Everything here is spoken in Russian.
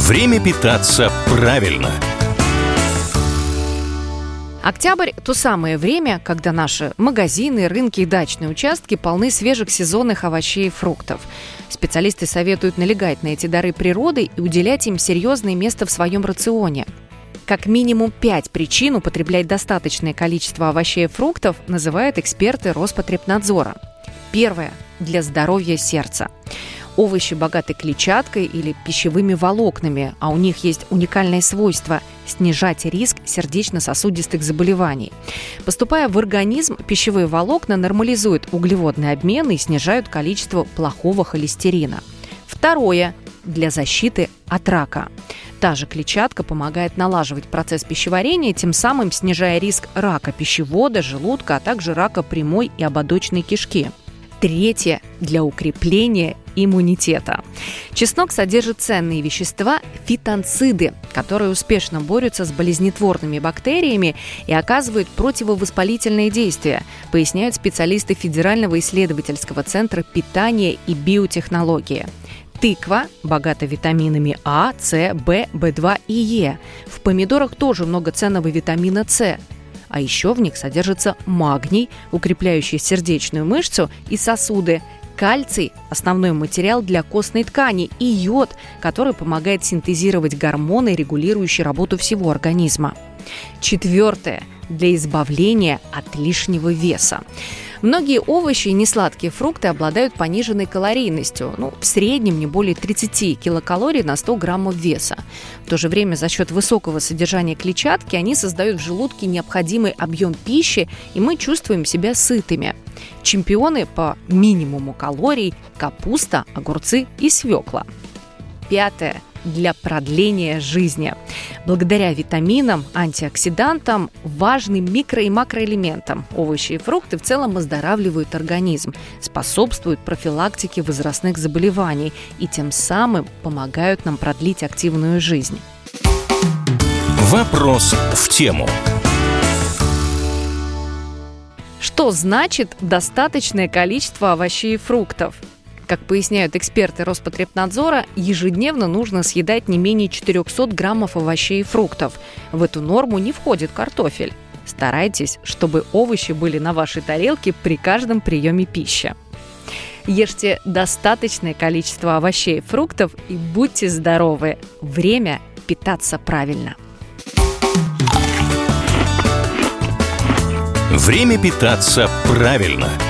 Время питаться правильно. Октябрь – то самое время, когда наши магазины, рынки и дачные участки полны свежих сезонных овощей и фруктов. Специалисты советуют налегать на эти дары природы и уделять им серьезное место в своем рационе. Как минимум 5 причин употреблять достаточное количество овощей и фруктов называют эксперты Роспотребнадзора. Первое – для здоровья сердца. Овощи богаты клетчаткой или пищевыми волокнами, а у них есть уникальное свойство – снижать риск сердечно-сосудистых заболеваний. Поступая в организм, пищевые волокна нормализуют углеводный обмен и снижают количество плохого холестерина. Второе – для защиты от рака. Та же клетчатка помогает налаживать процесс пищеварения, тем самым снижая риск рака пищевода, желудка, а также рака прямой и ободочной кишки. Третье – для укрепления иммунитета. Чеснок содержит ценные вещества – фитонциды, которые успешно борются с болезнетворными бактериями и оказывают противовоспалительное действие, поясняют специалисты Федерального исследовательского центра питания и биотехнологии. Тыква богата витаминами А, С, В, В2 и Е. В помидорах тоже много ценного витамина С. А еще в них содержится магний, укрепляющий сердечную мышцу и сосуды, кальций – основной материал для костной ткани, и йод, который помогает синтезировать гормоны, регулирующие работу всего организма. Четвертое – для избавления от лишнего веса. Многие овощи и несладкие фрукты обладают пониженной калорийностью, в среднем не более 30 килокалорий на 100 граммов веса. В то же время за счет высокого содержания клетчатки они создают в желудке необходимый объем пищи, и мы чувствуем себя сытыми. Чемпионы по минимуму калорий – капуста, огурцы и свекла. Пятое – для продления жизни. Благодаря витаминам, антиоксидантам, важным микро- и макроэлементам овощи и фрукты в целом оздоравливают организм, способствуют профилактике возрастных заболеваний и тем самым помогают нам продлить активную жизнь. Вопрос в тему. Что значит достаточное количество овощей и фруктов? Как поясняют эксперты Роспотребнадзора, ежедневно нужно съедать не менее 400 граммов овощей и фруктов. В эту норму не входит картофель. Старайтесь, чтобы овощи были на вашей тарелке при каждом приеме пищи. Ешьте достаточное количество овощей и фруктов и будьте здоровы. Время питаться правильно. Время питаться правильно.